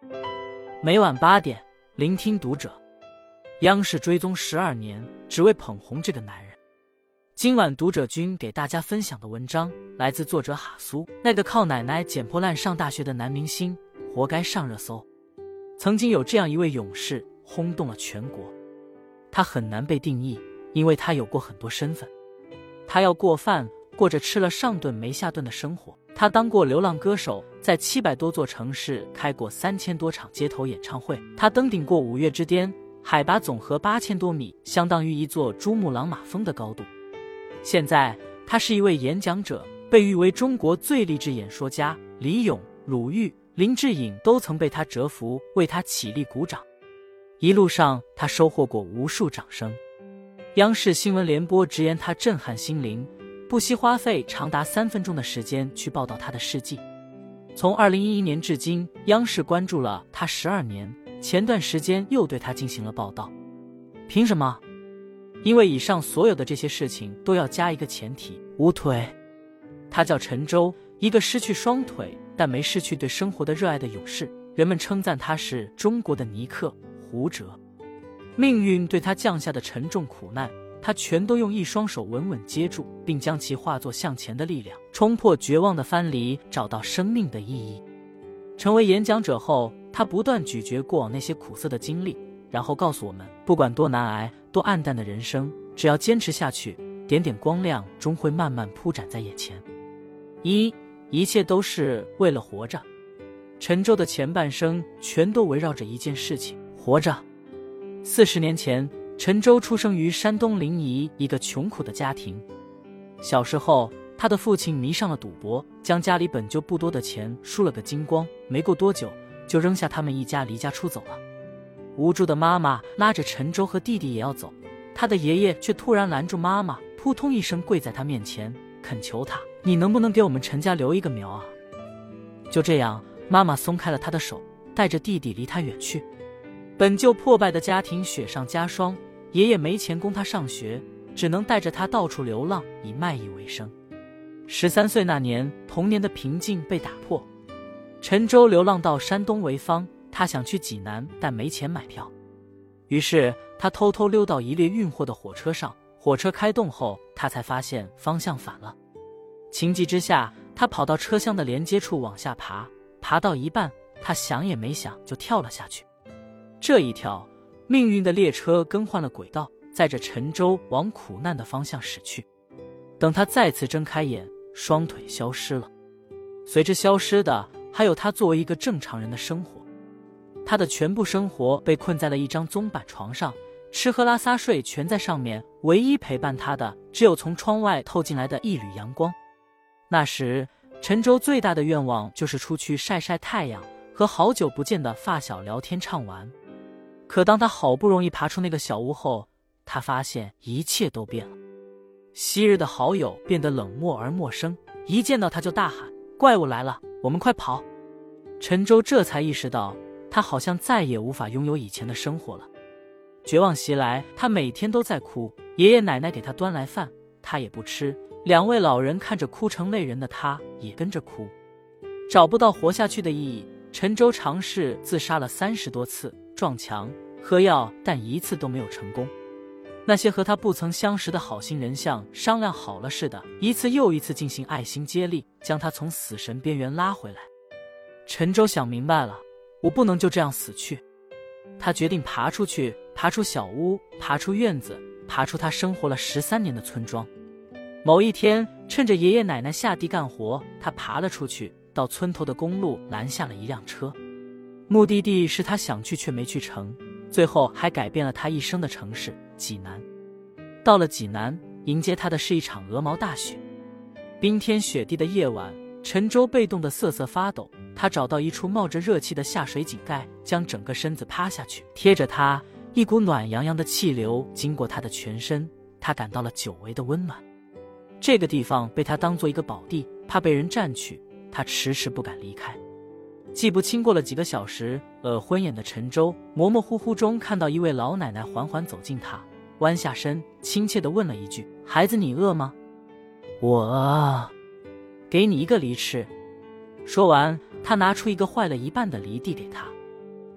每晚8点，聆听读者。央视追踪12年，只为捧红这个男人。今晚读者君给大家分享的文章来自作者哈苏。那个靠奶奶捡破烂上大学的男明星，活该上热搜。曾经有这样一位勇士，轰动了全国。他很难被定义，因为他有过很多身份。他要过饭，过着吃了上顿没下顿的生活。他当过流浪歌手，在700多座城市开过3000多场街头演唱会。他登顶过5岳之巅，海拔总和8000多米，相当于一座珠穆朗玛峰的高度。现在他是一位演讲者，被誉为中国最励志演说家。李咏、鲁豫、林志颖都曾被他折服，为他起立鼓掌。一路上他收获过无数掌声。央视新闻联播直言他震撼心灵，不惜花费长达3分钟的时间去报道他的事迹。从2011年至今，央视关注了他12年，前段时间又对他进行了报道。凭什么？因为以上所有的这些事情都要加一个前提：无腿。他叫陈舟，一个失去双腿但没失去对生活的热爱的勇士。人们称赞他是中国的尼克·胡哲。命运对他降下的沉重苦难，他全都用一双手稳稳接住，并将其化作向前的力量，冲破绝望的藩篱，找到生命的意义。成为演讲者后，他不断咀嚼过往那些苦涩的经历，然后告诉我们，不管多难挨，多暗淡的人生，只要坚持下去，点点光亮终会慢慢铺展在眼前。一切都是为了活着。陈舟的前半生全都围绕着一件事情：活着。40年前，陈舟出生于山东临沂一个穷苦的家庭。小时候，他的父亲迷上了赌博，将家里本就不多的钱输了个精光，没过多久就扔下他们一家离家出走了。无助的妈妈拉着陈舟和弟弟也要走，他的爷爷却突然拦住妈妈，扑通一声跪在他面前，恳求他：你能不能给我们陈家留一个苗啊？就这样，妈妈松开了他的手，带着弟弟离他远去。本就破败的家庭雪上加霜，爷爷没钱供他上学，只能带着他到处流浪，以卖艺为生。13岁那年，童年的平静被打破。陈舟流浪到山东潍坊，他想去济南，但没钱买票。于是他偷偷溜到一列运货的火车上，火车开动后，他才发现方向反了。情急之下，他跑到车厢的连接处往下爬，爬到一半，他想也没想就跳了下去。这一跳，命运的列车更换了轨道，载着陈舟往苦难的方向驶去。等他再次睁开眼，双腿消失了，随之消失的还有他作为一个正常人的生活。他的全部生活被困在了一张棕板床上，吃喝拉撒睡全在上面，唯一陪伴他的只有从窗外透进来的一缕阳光。那时，陈舟最大的愿望就是出去晒晒太阳，和好久不见的发小聊天畅玩。可当他好不容易爬出那个小屋后，他发现一切都变了。昔日的好友变得冷漠而陌生，一见到他就大喊：怪物来了，我们快跑！陈舟这才意识到，他好像再也无法拥有以前的生活了。绝望袭来，他每天都在哭，爷爷奶奶给他端来饭，他也不吃，2位老人看着哭成泪人的他，也跟着哭。找不到活下去的意义，陈舟尝试自杀了30多次，撞墙、喝药，但一次都没有成功。那些和他不曾相识的好心人像商量好了似的，一次又一次进行爱心接力，将他从死神边缘拉回来。陈舟想明白了，我不能就这样死去。他决定爬出去，爬出小屋，爬出院子，爬出他生活了13年的村庄。某一天，趁着爷爷奶奶下地干活，他爬了出去，到村头的公路拦下了一辆车。目的地是他想去却没去成，最后还改变了他一生的城市济南。到了济南，迎接他的是一场鹅毛大雪。冰天雪地的夜晚，陈舟被冻得瑟瑟发抖，他找到一处冒着热气的下水井盖，将整个身子趴下去，贴着他，一股暖洋洋的气流经过他的全身，他感到了久违的温暖。这个地方被他当作一个宝地，怕被人占去，他迟迟不敢离开。记不清过了几个小时，昏眼的陈舟模模糊糊中看到一位老奶奶缓缓走近他，弯下身亲切地问了一句：孩子，你饿吗？我饿。给你一个梨吃。说完，他拿出一个坏了一半的梨递给他。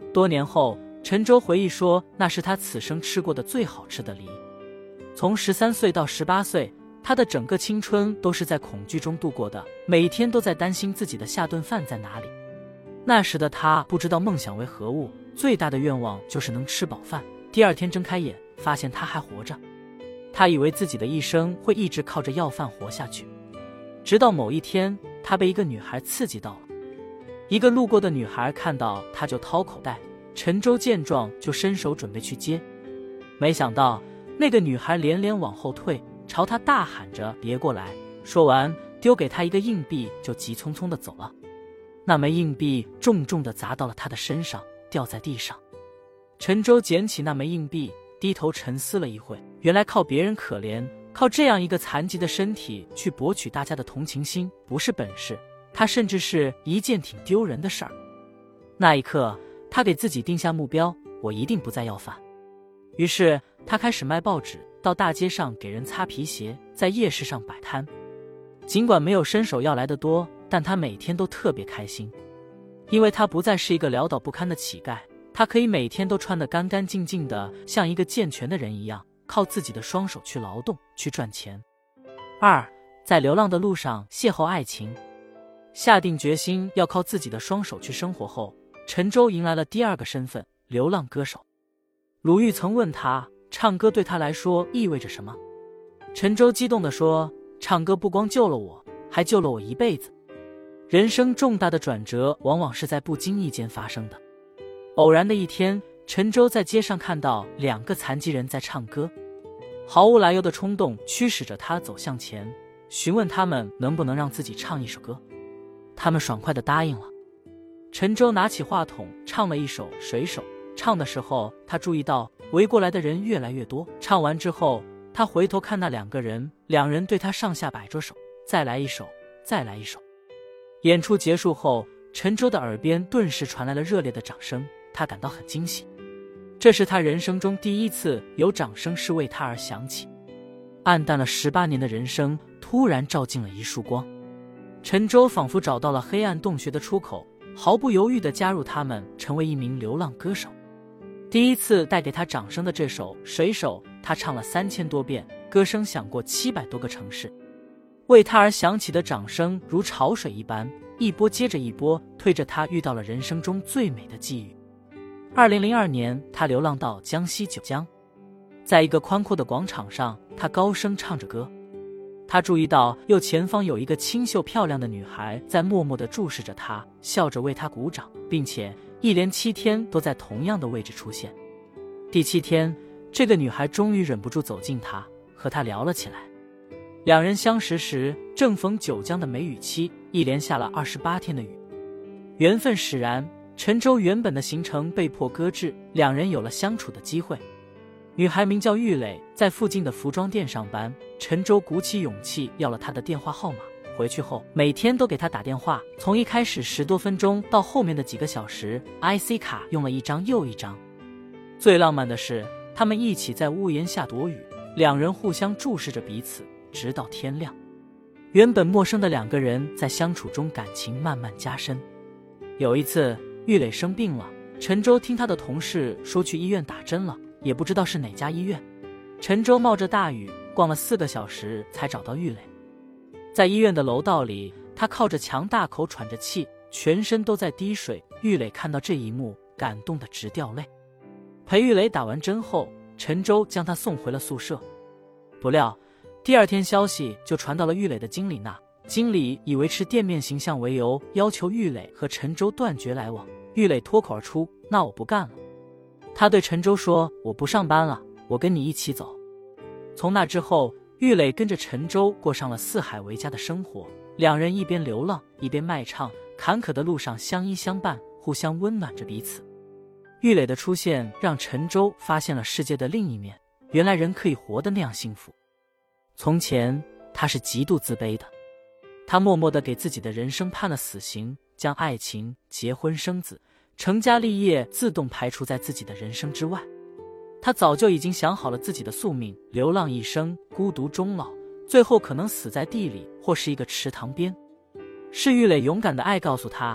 多年后，陈舟回忆说，那是他此生吃过的最好吃的梨。从13岁到18岁，他的整个青春都是在恐惧中度过的，每天都在担心自己的下顿饭在哪里。那时的他不知道梦想为何物，最大的愿望就是能吃饱饭。第二天睁开眼，发现他还活着。他以为自己的一生会一直靠着要饭活下去，直到某一天，他被一个女孩刺激到了。一个路过的女孩看到他就掏口袋，陈舟见状就伸手准备去接，没想到那个女孩连连往后退，朝他大喊着别过来，说完丢给他一个硬币，就急匆匆地走了。那枚硬币重重地砸到了他的身上，掉在地上。陈舟捡起那枚硬币，低头沉思了一会，原来靠别人可怜，靠这样一个残疾的身体去博取大家的同情心，不是本事，他甚至是一件挺丢人的事儿。那一刻，他给自己定下目标，我一定不再要饭。于是他开始卖报纸，到大街上给人擦皮鞋，在夜市上摆摊。尽管没有伸手要来的多，但他每天都特别开心，因为他不再是一个潦倒不堪的乞丐，他可以每天都穿得干干净净的，像一个健全的人一样，靠自己的双手去劳动，去赚钱。2. 在流浪的路上邂逅爱情。下定决心要靠自己的双手去生活后，陈舟迎来了第二个身份，流浪歌手。鲁豫曾问他，唱歌对他来说意味着什么？陈舟激动地说，唱歌不光救了我，还救了我一辈子。人生重大的转折往往是在不经意间发生的。偶然的一天，陈舟在街上看到2个残疾人在唱歌，毫无来由的冲动驱使着他走向前，询问他们能不能让自己唱一首歌。他们爽快地答应了。陈舟拿起话筒唱了一首《水手》，唱的时候他注意到围过来的人越来越多。唱完之后，他回头看那2个人，2人对他上下摆着手，再来一首，再来一首。演出结束后，陈舟的耳边顿时传来了热烈的掌声，他感到很惊喜。这是他人生中第一次有掌声是为他而响起。暗淡了18年的人生突然照进了一束光。陈舟仿佛找到了黑暗洞穴的出口，毫不犹豫地加入他们，成为一名流浪歌手。第一次带给他掌声的这首《水手》，他唱了3000多遍，歌声响过700多个城市。为他而响起的掌声如潮水一般，一波接着一波，推着他遇到了人生中最美的际遇。2002年，他流浪到江西九江，在一个宽阔的广场上，他高声唱着歌。他注意到右前方有一个清秀漂亮的女孩在默默地注视着他，笑着为他鼓掌，并且一连7天都在同样的位置出现。第7天，这个女孩终于忍不住走近他，和他聊了起来。2人相识时正逢九江的梅雨期，一连下了28天的雨。缘分使然，陈舟原本的行程被迫搁置，2人有了相处的机会。女孩名叫玉磊，在附近的服装店上班。陈舟鼓起勇气要了她的电话号码，回去后每天都给她打电话，从一开始10多分钟到后面的几个小时， IC 卡用了一张又一张。最浪漫的是，他们一起在屋檐下躲雨，2人互相注视着彼此，直到天亮。原本陌生的2个人在相处中感情慢慢加深。有一次，玉磊生病了，陈舟听他的同事说去医院打针了，也不知道是哪家医院。陈舟冒着大雨逛了4个小时才找到玉磊。在医院的楼道里，他靠着墙大口喘着气，全身都在滴水。玉磊看到这一幕，感动得直掉泪。陪玉磊打完针后，陈舟将他送回了宿舍。不料第2天消息就传到了玉磊的经理那，经理以维持店面形象为由，要求玉磊和陈舟断绝来往。玉磊脱口而出，那我不干了。他对陈舟说，我不上班了，我跟你一起走。从那之后，玉磊跟着陈舟过上了四海为家的生活，2人一边流浪一边卖唱，坎坷的路上相依相伴，互相温暖着彼此。玉磊的出现让陈舟发现了世界的另一面，原来人可以活得那样幸福。从前他是极度自卑的，他默默地给自己的人生判了死刑，将爱情、结婚生子、成家立业自动排除在自己的人生之外。他早就已经想好了自己的宿命，流浪一生，孤独终老，最后可能死在地里或是一个池塘边。是玉磊勇敢的爱告诉他，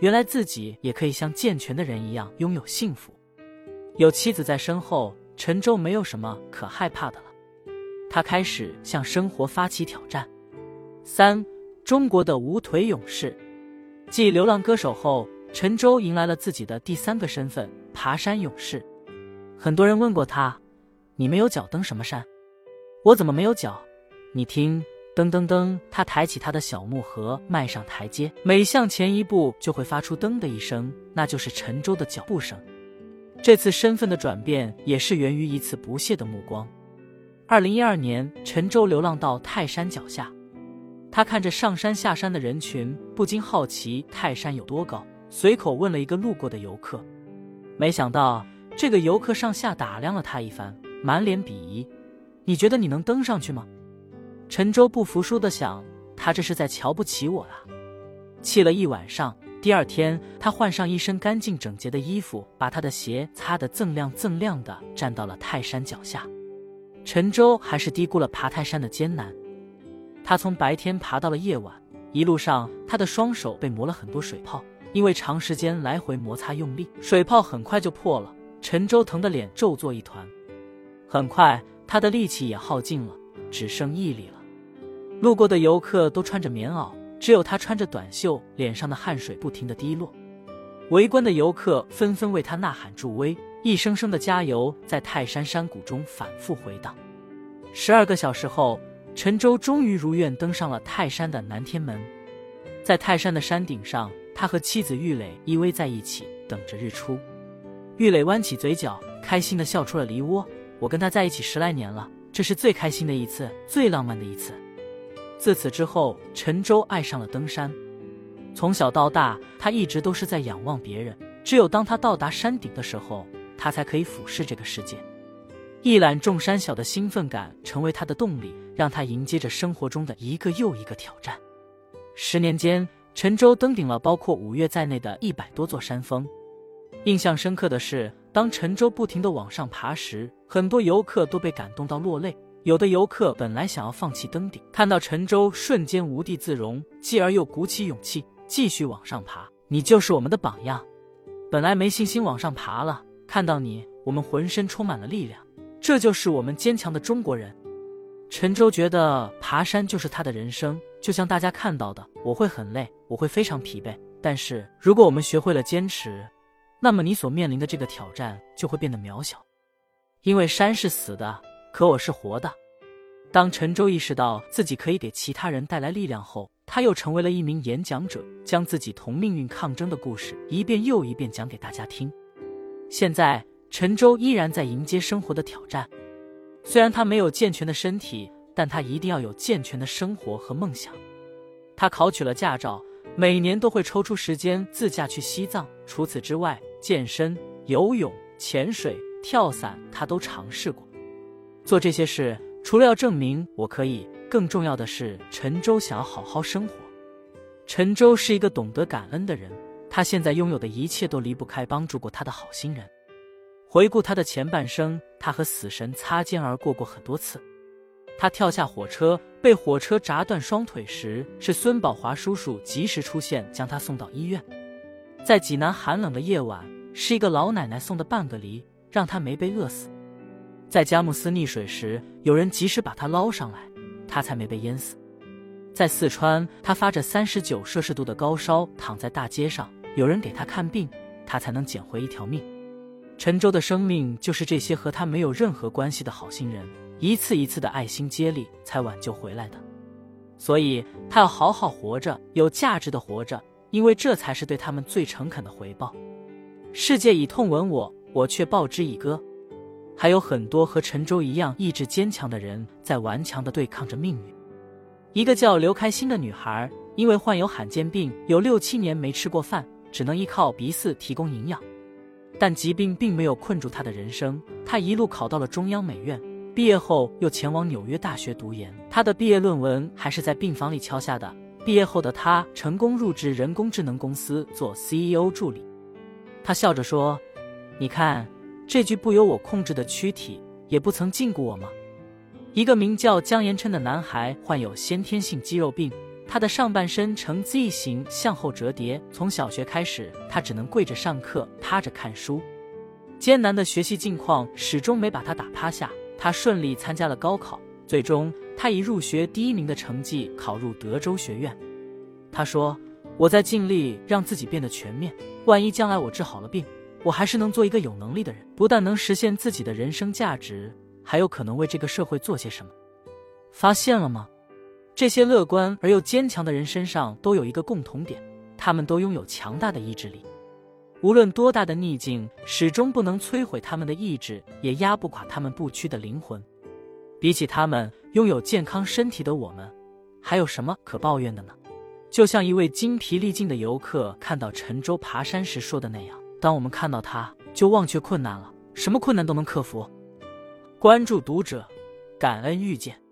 原来自己也可以像健全的人一样拥有幸福。有妻子在身后，陈舟没有什么可害怕的了。他开始向生活发起挑战。3. 中国的无腿勇士。继流浪歌手后，陈舟迎来了自己的第3个身份——爬山勇士。很多人问过他：“你没有脚登什么山？”“我怎么没有脚？你听，噔噔噔。”他抬起他的小木盒，迈上台阶，每向前一步就会发出噔的一声，那就是陈舟的脚步声。这次身份的转变也是源于一次不屑的目光。2012年，陈舟流浪到泰山脚下，他看着上山下山的人群，不禁好奇泰山有多高，随口问了一个路过的游客。没想到这个游客上下打量了他一番，满脸鄙夷：“你觉得你能登上去吗？”陈舟不服输地想，他这是在瞧不起我啊！气了一晚上，第2天他换上一身干净整洁的衣服，把他的鞋擦得锃亮锃亮的，站到了泰山脚下。陈舟还是低估了爬泰山的艰难。他从白天爬到了夜晚，一路上他的双手被磨了很多水泡，因为长时间来回摩擦用力，水泡很快就破了。陈舟疼得脸皱作一团。很快他的力气也耗尽了，只剩毅力了。路过的游客都穿着棉袄，只有他穿着短袖，脸上的汗水不停地滴落。围观的游客纷纷为他呐喊助威，一声声的加油在泰山山谷中反复回荡。12个小时后，陈舟终于如愿登上了泰山的南天门。在泰山的山顶上，他和妻子玉垒依偎在一起，等着日出。玉垒弯起嘴角，开心地笑出了梨窝。我跟他在一起10来年了，这是最开心的一次，最浪漫的一次。自此之后，陈舟爱上了登山。从小到大，他一直都是在仰望别人，只有当他到达山顶的时候，他才可以俯视这个世界。一览众山小的兴奋感成为他的动力，让他迎接着生活中的一个又一个挑战。10年间，陈舟登顶了包括5岳在内的100多座山峰。印象深刻的是，当陈舟不停地往上爬时，很多游客都被感动到落泪。有的游客本来想要放弃登顶，看到陈舟瞬间无地自容，继而又鼓起勇气继续往上爬。你就是我们的榜样。本来没信心往上爬了，看到你，我们浑身充满了力量。这就是我们坚强的中国人。陈舟觉得爬山就是他的人生，就像大家看到的，我会很累，我会非常疲惫，但是如果我们学会了坚持，那么你所面临的这个挑战就会变得渺小。因为山是死的，可我是活的。当陈舟意识到自己可以给其他人带来力量后，他又成为了一名演讲者，将自己同命运抗争的故事一遍又一遍讲给大家听。现在陈舟依然在迎接生活的挑战。虽然他没有健全的身体，但他一定要有健全的生活和梦想。他考取了驾照，每年都会抽出时间自驾去西藏。除此之外，健身、游泳、潜水、跳伞他都尝试过。做这些事除了要证明我可以，更重要的是陈舟想要好好生活。陈舟是一个懂得感恩的人，他现在拥有的一切都离不开帮助过他的好心人。回顾他的前半生，他和死神擦肩而过很多次。他跳下火车，被火车砸断双腿时，是孙宝华叔叔及时出现，将他送到医院。在济南寒冷的夜晚，是一个老奶奶送的半个梨，让他没被饿死。在佳木斯溺水时，有人及时把他捞上来，他才没被淹死。在四川，他发着39摄氏度的高烧，躺在大街上，有人给他看病，他才能捡回一条命。陈舟的生命就是这些和他没有任何关系的好心人一次一次的爱心接力才挽救回来的。所以他要好好活着，有价值的活着，因为这才是对他们最诚恳的回报。世界以痛吻我，我却报之以歌。还有很多和陈舟一样意志坚强的人在顽强地对抗着命运。一个叫刘开心的女孩，因为患有罕见病，有6、7年没吃过饭，只能依靠鼻饲提供营养。但疾病并没有困住她的人生，她一路考到了中央美院，毕业后又前往纽约大学读研。她的毕业论文还是在病房里敲下的。毕业后的她成功入职人工智能公司做 CEO 助理。她笑着说：“你看，这具不由我控制的躯体也不曾禁锢我吗？”一个名叫江延琛的男孩患有先天性肌肉病， 他的上半身呈 Z 形向后折叠。从小学开始，他只能跪着上课，趴着看书。艰难的学习境况始终没把他打趴下，他顺利参加了高考，最终他以入学第1名的成绩考入德州学院。他说：“我在尽力让自己变得全面，万一将来我治好了病，我还是能做一个有能力的人，不但能实现自己的人生价值，还有可能为这个社会做些什么。”发现了吗？这些乐观而又坚强的人身上都有一个共同点，他们都拥有强大的意志力。无论多大的逆境，始终不能摧毁他们的意志，也压不垮他们不屈的灵魂。比起他们拥有健康身体的我们，还有什么可抱怨的呢？就像一位精疲力尽的游客看到沉舟爬山时说的那样，当我们看到它，就忘却困难了，什么困难都能克服。关注读者，感恩遇见。